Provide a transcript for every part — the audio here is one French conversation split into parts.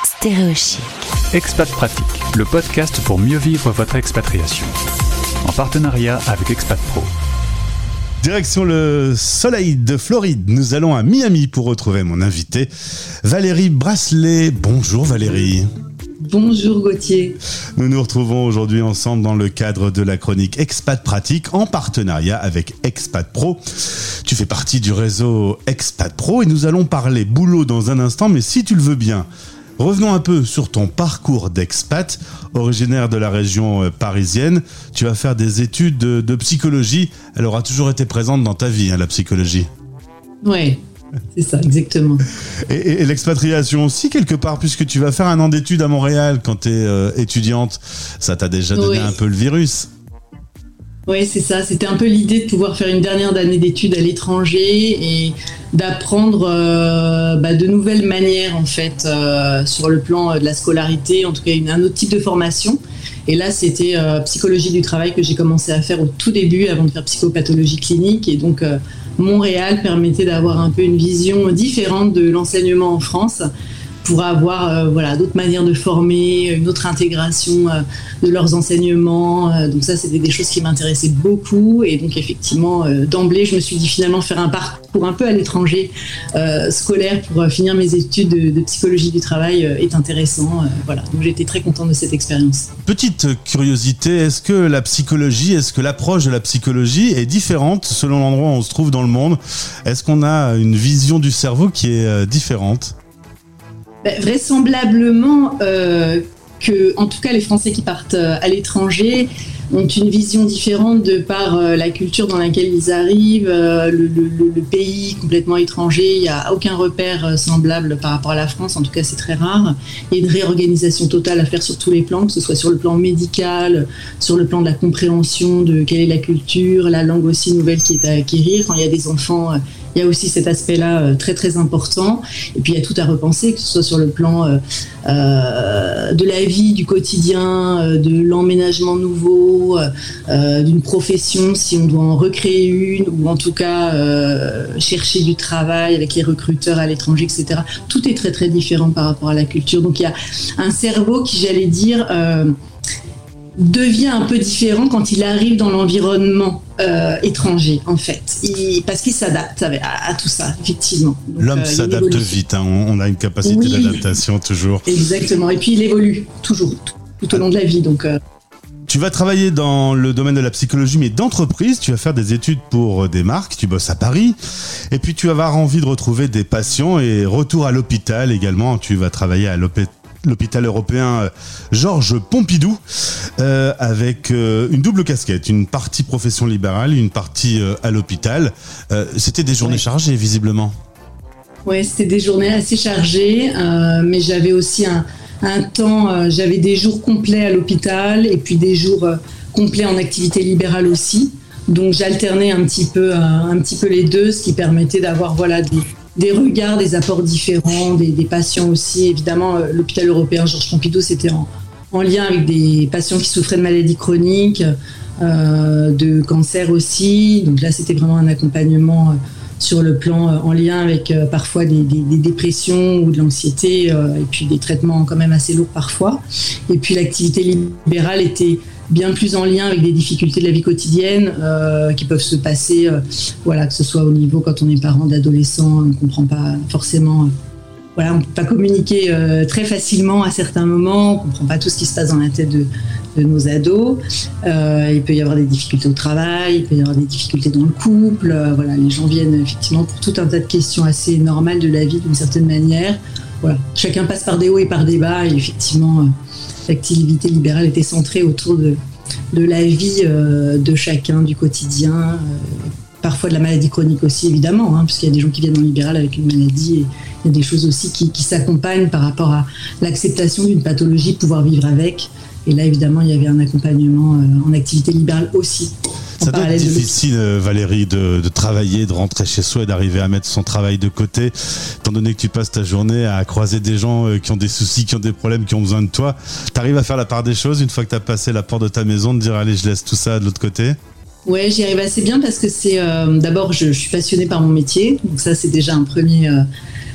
Stéréochic. Expat Pratique, le podcast pour mieux vivre votre expatriation. En partenariat avec Expat Pro. Direction le soleil de Floride. Nous allons à Miami pour retrouver mon invité, Valérie Brasselet. Bonjour Valérie. Bonjour Gauthier. Nous nous retrouvons aujourd'hui ensemble dans le cadre de la chronique Expat Pratique en partenariat avec Expat Pro. Tu fais partie du réseau Expat Pro et nous allons parler boulot dans un instant, mais si tu le veux bien, revenons un peu sur ton parcours d'expat. Originaire de la région parisienne, tu vas faire des études de psychologie. Elle aura toujours été présente dans ta vie, la psychologie. Oui, c'est ça, exactement. Et l'expatriation aussi, quelque part, puisque tu vas faire un an d'études à Montréal quand tu es étudiante. Ça t'a déjà donné un peu le virus. Oui, c'est ça. C'était un peu l'idée de pouvoir faire une dernière année d'études à l'étranger et d'apprendre de nouvelles manières, en fait, sur le plan de la scolarité, en tout cas un autre type de formation. Et là, c'était psychologie du travail que j'ai commencé à faire au tout début, avant de faire psychopathologie clinique. Et donc, Montréal permettait d'avoir un peu une vision différente de l'enseignement en France, pour avoir d'autres manières de former, une autre intégration de leurs enseignements. Donc ça, c'était des choses qui m'intéressaient beaucoup. Et donc effectivement, d'emblée, je me suis dit finalement faire un parcours un peu à l'étranger scolaire pour finir mes études de psychologie du travail est intéressant. Donc j'étais très contente de cette expérience. Petite curiosité, est-ce que l'approche de la psychologie est différente selon l'endroit où on se trouve dans le monde ? Est-ce qu'on a une vision du cerveau qui est différente ? Vraisemblablement que, en tout cas, les Français qui partent à l'étranger ont une vision différente de par la culture dans laquelle ils arrivent, le pays complètement étranger. Il n'y a aucun repère semblable par rapport à la France, en tout cas c'est très rare. Il y a une réorganisation totale à faire sur tous les plans, que ce soit sur le plan médical, sur le plan de la compréhension de quelle est la culture, la langue aussi nouvelle qui est à acquérir. Quand il y a des enfants, il y a aussi cet aspect-là très très important. Et puis il y a tout à repenser, que ce soit sur le plan de la vie, du quotidien, de l'emménagement nouveau, d'une profession, si on doit en recréer une, ou en tout cas chercher du travail avec les recruteurs à l'étranger, etc. Tout est très très différent par rapport à la culture. Donc il y a un cerveau qui, j'allais dire, devient un peu différent quand il arrive dans l'environnement étranger, en fait, parce qu'il s'adapte à tout ça, effectivement. Donc, l'homme s'adapte vite, on a une capacité d'adaptation toujours. Exactement, et puis il évolue toujours, tout au long de la vie. Donc, Tu vas travailler dans le domaine de la psychologie, mais d'entreprise. Tu vas faire des études pour des marques, tu bosses à Paris, et puis tu vas avoir envie de retrouver des patients et retour à l'hôpital également. Tu vas travailler à l'hôpital européen Georges Pompidou avec une double casquette, une partie profession libérale, une partie à l'hôpital. C'était des journées chargées visiblement. Oui, c'était des journées assez chargées, mais j'avais aussi un temps, j'avais des jours complets à l'hôpital et puis des jours complets en activité libérale aussi. Donc j'alternais un petit peu les deux, ce qui permettait d'avoir des regards, des apports différents, des patients aussi. Évidemment, l'hôpital européen Georges Pompidou, c'était en lien avec des patients qui souffraient de maladies chroniques, de cancer aussi. Donc là, c'était vraiment un accompagnement sur le plan en lien avec parfois des dépressions ou de l'anxiété, et puis des traitements quand même assez lourds parfois. Et puis l'activité libérale était bien plus en lien avec des difficultés de la vie quotidienne qui peuvent se passer, que ce soit au niveau quand on est parent d'adolescents, on ne comprend pas forcément, on ne peut pas communiquer très facilement à certains moments, on ne comprend pas tout ce qui se passe dans la tête de nos ados. Il peut y avoir des difficultés au travail, il peut y avoir des difficultés dans le couple. Les gens viennent effectivement pour tout un tas de questions assez normales de la vie d'une certaine manière. Chacun passe par des hauts et par des bas, et effectivement, l'activité libérale était centrée autour de la vie de chacun, du quotidien, parfois de la maladie chronique aussi, évidemment, puisqu'il y a des gens qui viennent en libéral avec une maladie, et il y a des choses aussi qui s'accompagnent par rapport à l'acceptation d'une pathologie, pouvoir vivre avec. Et là, évidemment, il y avait un accompagnement en activité libérale aussi. Ça doit être difficile, Valérie, de travailler, de rentrer chez soi et d'arriver à mettre son travail de côté, étant donné que tu passes ta journée à croiser des gens qui ont des soucis, qui ont des problèmes, qui ont besoin de toi. Tu arrives à faire la part des choses une fois que tu as passé la porte de ta maison, de dire « Allez, je laisse tout ça de l'autre côté ». Ouais, j'y arrive assez bien parce que c'est d'abord je suis passionnée par mon métier, donc ça c'est déjà un premier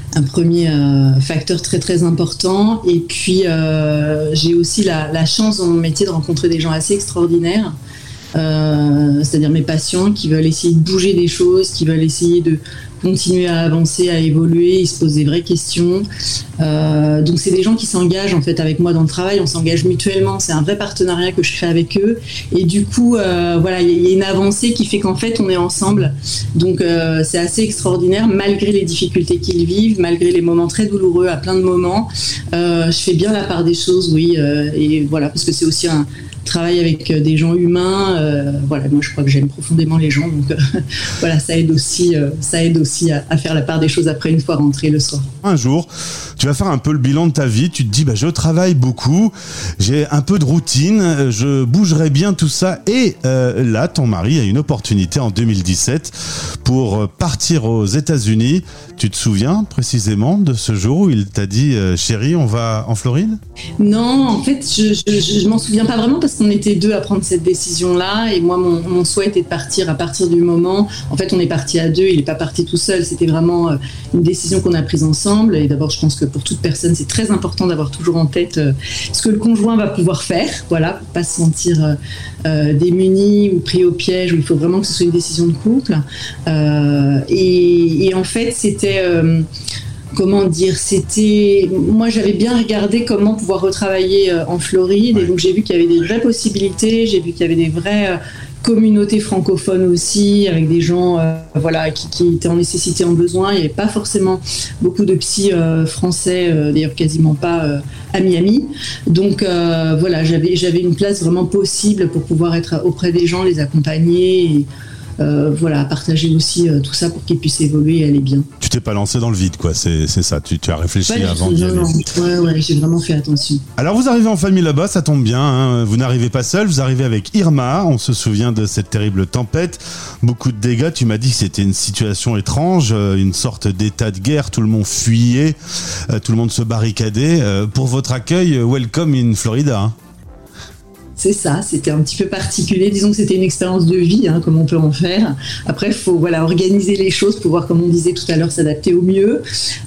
un premier facteur très très important. Et puis j'ai aussi la chance dans mon métier de rencontrer des gens assez extraordinaires. C'est-à-dire mes patients qui veulent essayer de bouger des choses, qui veulent essayer de continuer à avancer, à évoluer, ils se posent des vraies questions. Donc c'est des gens qui s'engagent en fait avec moi dans le travail, on s'engage mutuellement, c'est un vrai partenariat que je crée avec eux. Et du coup, voilà, il y a une avancée qui fait qu'en fait on est ensemble. Donc c'est assez extraordinaire, malgré les difficultés qu'ils vivent, malgré les moments très douloureux à plein de moments. Je fais bien la part des choses, oui. Et voilà, parce que c'est aussi un travail avec des gens humains, voilà, moi je crois que j'aime profondément les gens, donc voilà, ça aide aussi à faire la part des choses après une fois rentré le soir. Un jour, tu vas faire un peu le bilan de ta vie, tu te dis je travaille beaucoup, j'ai un peu de routine, je bougerai bien tout ça, et là ton mari a une opportunité en 2017 pour partir aux États-Unis. Tu te souviens précisément de ce jour où il t'a dit chérie, on va en Floride ? Non, en fait je m'en souviens pas vraiment parce qu'on était deux à prendre cette décision-là, et moi mon souhait était de partir à partir du moment, en fait on est parti à deux, il n'est pas parti tout seul, c'était vraiment une décision qu'on a prise ensemble. Et d'abord je pense que pour toute personne c'est très important d'avoir toujours en tête ce que le conjoint va pouvoir faire, voilà, pour pas se sentir démuni ou pris au piège, où il faut vraiment que ce soit une décision de couple. Et en fait c'était comment dire, moi j'avais bien regardé comment pouvoir retravailler en Floride, et donc j'ai vu qu'il y avait des vraies possibilités, j'ai vu qu'il y avait des vraies communautés francophones aussi, avec des gens voilà, qui étaient en nécessité, en besoin. Il n'y avait pas forcément beaucoup de psys français, d'ailleurs quasiment pas à Miami. Donc voilà, j'avais une place vraiment possible pour pouvoir être auprès des gens, les accompagner, et voilà, partager aussi tout ça pour qu'ils puissent évoluer et aller bien. Tu t'es pas lancé dans le vide, quoi, c'est ça, tu as réfléchi avant d'y aller. Ouais, j'ai vraiment fait attention. Alors vous arrivez en famille là-bas, ça tombe bien, hein, vous n'arrivez pas seul, vous arrivez avec Irma, on se souvient de cette terrible tempête, beaucoup de dégâts, tu m'as dit que c'était une situation étrange, une sorte d'état de guerre, tout le monde fuyait, tout le monde se barricadait. Pour votre accueil, welcome in Florida, hein. C'est ça, c'était un petit peu particulier. Disons que c'était une expérience de vie, hein, comme on peut en faire. Après, il faut organiser les choses pour pouvoir, comme on disait tout à l'heure, s'adapter au mieux.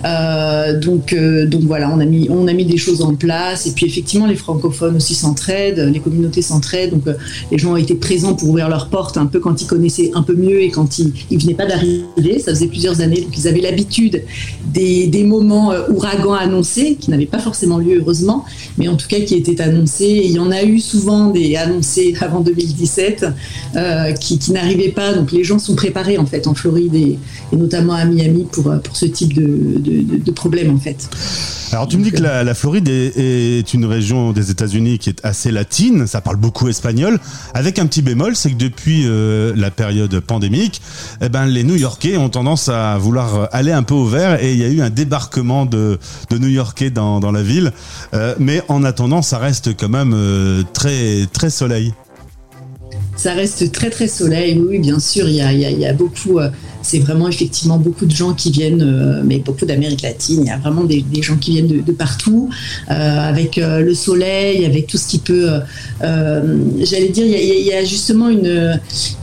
Donc voilà, on a mis des choses en place. Et puis effectivement, les francophones aussi s'entraident, les communautés s'entraident. Donc les gens ont été présents pour ouvrir leurs portes un peu quand ils connaissaient un peu mieux et quand ils venaient pas d'arriver. Ça faisait plusieurs années, donc ils avaient l'habitude des moments ouragans annoncés, qui n'avaient pas forcément lieu, heureusement, mais en tout cas qui étaient annoncés. Et il y en a eu souvent des annoncés avant 2017 qui n'arrivaient pas, donc les gens sont préparés en fait en Floride et notamment à Miami pour ce type de problème en fait. Alors tu me dis que la Floride est une région des États-Unis qui est assez latine, ça parle beaucoup espagnol, avec un petit bémol, c'est que depuis la période pandémique, les New-Yorkais ont tendance à vouloir aller un peu au vert, et il y a eu un débarquement de New-Yorkais dans la ville, mais en attendant ça reste quand même très, très soleil. Ça reste très très soleil, oui bien sûr, il y a beaucoup, c'est vraiment effectivement beaucoup de gens qui viennent, mais beaucoup d'Amérique latine, il y a vraiment des gens qui viennent de partout, avec le soleil, avec tout ce qui peut, j'allais dire, il y a justement une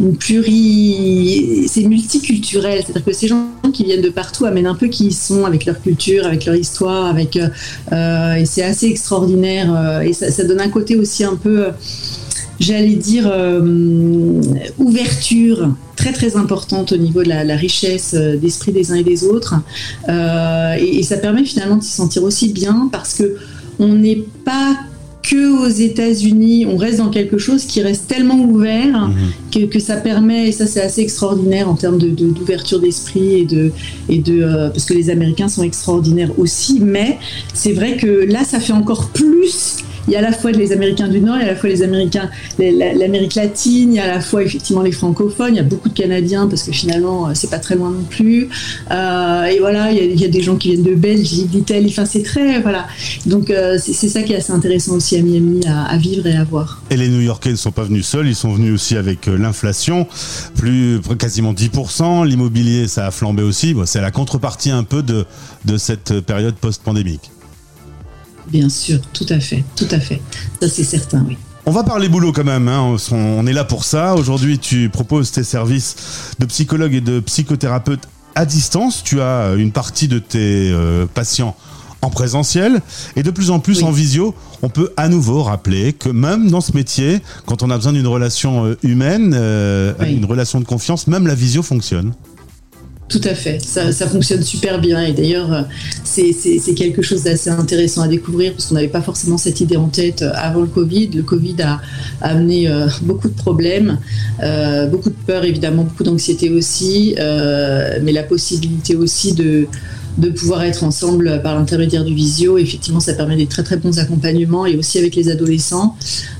c'est multiculturel, c'est-à-dire que ces gens qui viennent de partout amènent un peu qui ils sont, avec leur culture, avec leur histoire, et c'est assez extraordinaire, et ça donne un côté aussi un peu... j'allais dire ouverture très très importante au niveau de la richesse d'esprit des uns et des autres, et ça permet finalement de s'y sentir aussi bien, parce que on n'est pas que aux États-Unis, on reste dans quelque chose qui reste tellement ouvert que ça permet, et ça c'est assez extraordinaire en termes d'ouverture d'esprit et parce que les Américains sont extraordinaires aussi, mais c'est vrai que là ça fait encore plus. Il y a à la fois les Américains du Nord, il y a à la fois les Américains, l'Amérique latine, il y a à la fois effectivement les francophones, il y a beaucoup de Canadiens parce que finalement c'est pas très loin non plus. Et voilà, il y a des gens qui viennent de Belgique, d'Italie, enfin c'est très, voilà. Donc c'est ça qui est assez intéressant aussi à Miami à vivre et à voir. Et les New-Yorkais ne sont pas venus seuls, ils sont venus aussi avec l'inflation, quasiment 10%, l'immobilier ça a flambé aussi, c'est la contrepartie un peu de cette période post-pandémique. Bien sûr, tout à fait, ça c'est certain, oui. On va parler boulot quand même, hein. On est là pour ça. Aujourd'hui, tu proposes tes services de psychologue et de psychothérapeute à distance, tu as une partie de tes patients en présentiel et de plus en plus en visio. On peut à nouveau rappeler que même dans ce métier, quand on a besoin d'une relation humaine, une relation de confiance, même la visio fonctionne. Tout à fait, ça fonctionne super bien et d'ailleurs c'est quelque chose d'assez intéressant à découvrir parce qu'on n'avait pas forcément cette idée en tête avant le Covid. Le Covid a amené beaucoup de problèmes, beaucoup de peur évidemment, beaucoup d'anxiété aussi, mais la possibilité aussi de pouvoir être ensemble par l'intermédiaire du visio. Effectivement, ça permet des très très bons accompagnements et aussi avec les adolescents,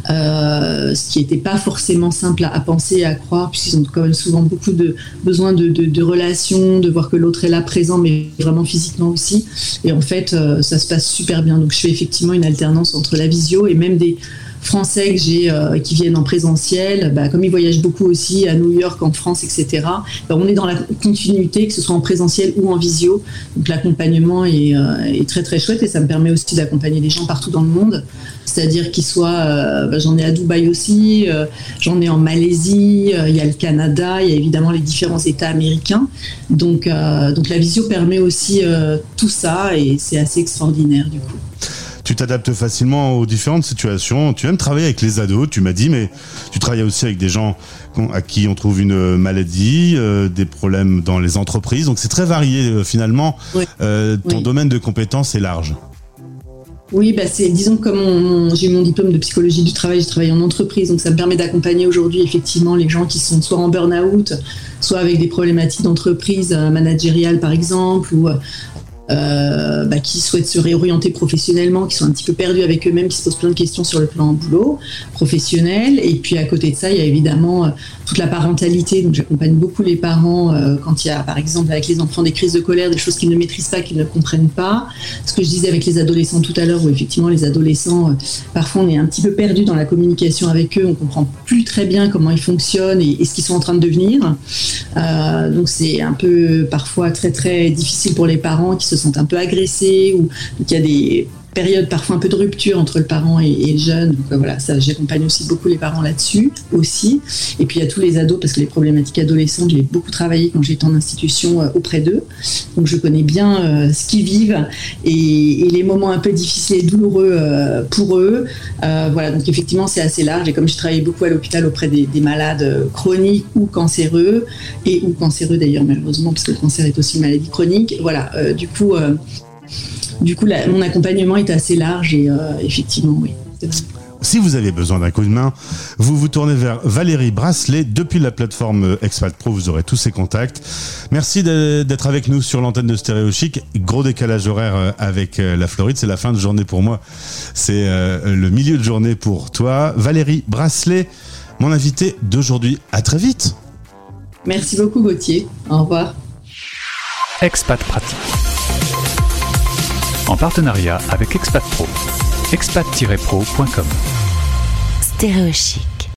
ce qui n'était pas forcément simple à penser et à croire puisqu'ils ont quand même souvent beaucoup de besoin de relations, de voir que l'autre est là présent mais vraiment physiquement aussi. Et en fait, ça se passe super bien. Donc je fais effectivement une alternance entre la visio et même des Français que j'ai qui viennent en présentiel, comme ils voyagent beaucoup aussi à New York, en France, etc. On est dans la continuité, que ce soit en présentiel ou en visio. Donc l'accompagnement est très très chouette et ça me permet aussi d'accompagner les gens partout dans le monde. C'est-à-dire qu'ils soient, j'en ai à Dubaï aussi, j'en ai en Malaisie, il y a le Canada, il y a évidemment les différents États américains. Donc la visio permet aussi tout ça et c'est assez extraordinaire du coup. Tu t'adaptes facilement aux différentes situations. Tu aimes travailler avec les ados, tu m'as dit, mais tu travailles aussi avec des gens à qui on trouve une maladie, des problèmes dans les entreprises. Donc c'est très varié finalement. Oui. Ton domaine de compétences est large. Oui, disons que comme j'ai eu mon diplôme de psychologie du travail, j'ai travaillé en entreprise, donc ça me permet d'accompagner aujourd'hui effectivement les gens qui sont soit en burn-out, soit avec des problématiques d'entreprise managériales par exemple, ou qui souhaitent se réorienter professionnellement, qui sont un petit peu perdus avec eux-mêmes, qui se posent plein de questions sur le plan boulot professionnel. Et puis à côté de ça, il y a évidemment toute la parentalité. Donc j'accompagne beaucoup les parents quand il y a, par exemple, avec les enfants, des crises de colère, des choses qu'ils ne maîtrisent pas, qu'ils ne comprennent pas. Ce que je disais avec les adolescents tout à l'heure, où effectivement les adolescents, parfois on est un petit peu perdu dans la communication avec eux, on comprend plus très bien comment ils fonctionnent et ce qu'ils sont en train de devenir. Donc c'est un peu parfois très très difficile pour les parents qui se sentent un peu agressés ou qu'il y a des période parfois un peu de rupture entre le parent et le jeune. Donc voilà, ça, j'accompagne aussi beaucoup les parents là-dessus aussi. Et puis il y a tous les ados, parce que les problématiques adolescentes, j'ai beaucoup travaillé quand j'étais en institution auprès d'eux. Donc je connais bien ce qu'ils vivent et les moments un peu difficiles et douloureux pour eux. Voilà, donc effectivement c'est assez large. Et comme je travaillais beaucoup à l'hôpital auprès des malades chroniques ou cancéreux, ou cancéreux d'ailleurs malheureusement, parce que le cancer est aussi une maladie chronique. Voilà, du coup, mon accompagnement est assez large et effectivement, oui. Si vous avez besoin d'un coup de main, vous vous tournez vers Valérie Brasselet depuis la plateforme Expat Pro, vous aurez tous ses contacts. Merci d'être avec nous sur l'antenne de Stéréo Chic. Gros décalage horaire avec la Floride, c'est la fin de journée pour moi, c'est le milieu de journée pour toi. Valérie Brasselet, mon invitée d'aujourd'hui. À très vite. Merci beaucoup Gauthier, au revoir. Expat Pratique, en partenariat avec Expat Pro, expat-pro.com. Stéréo Chic.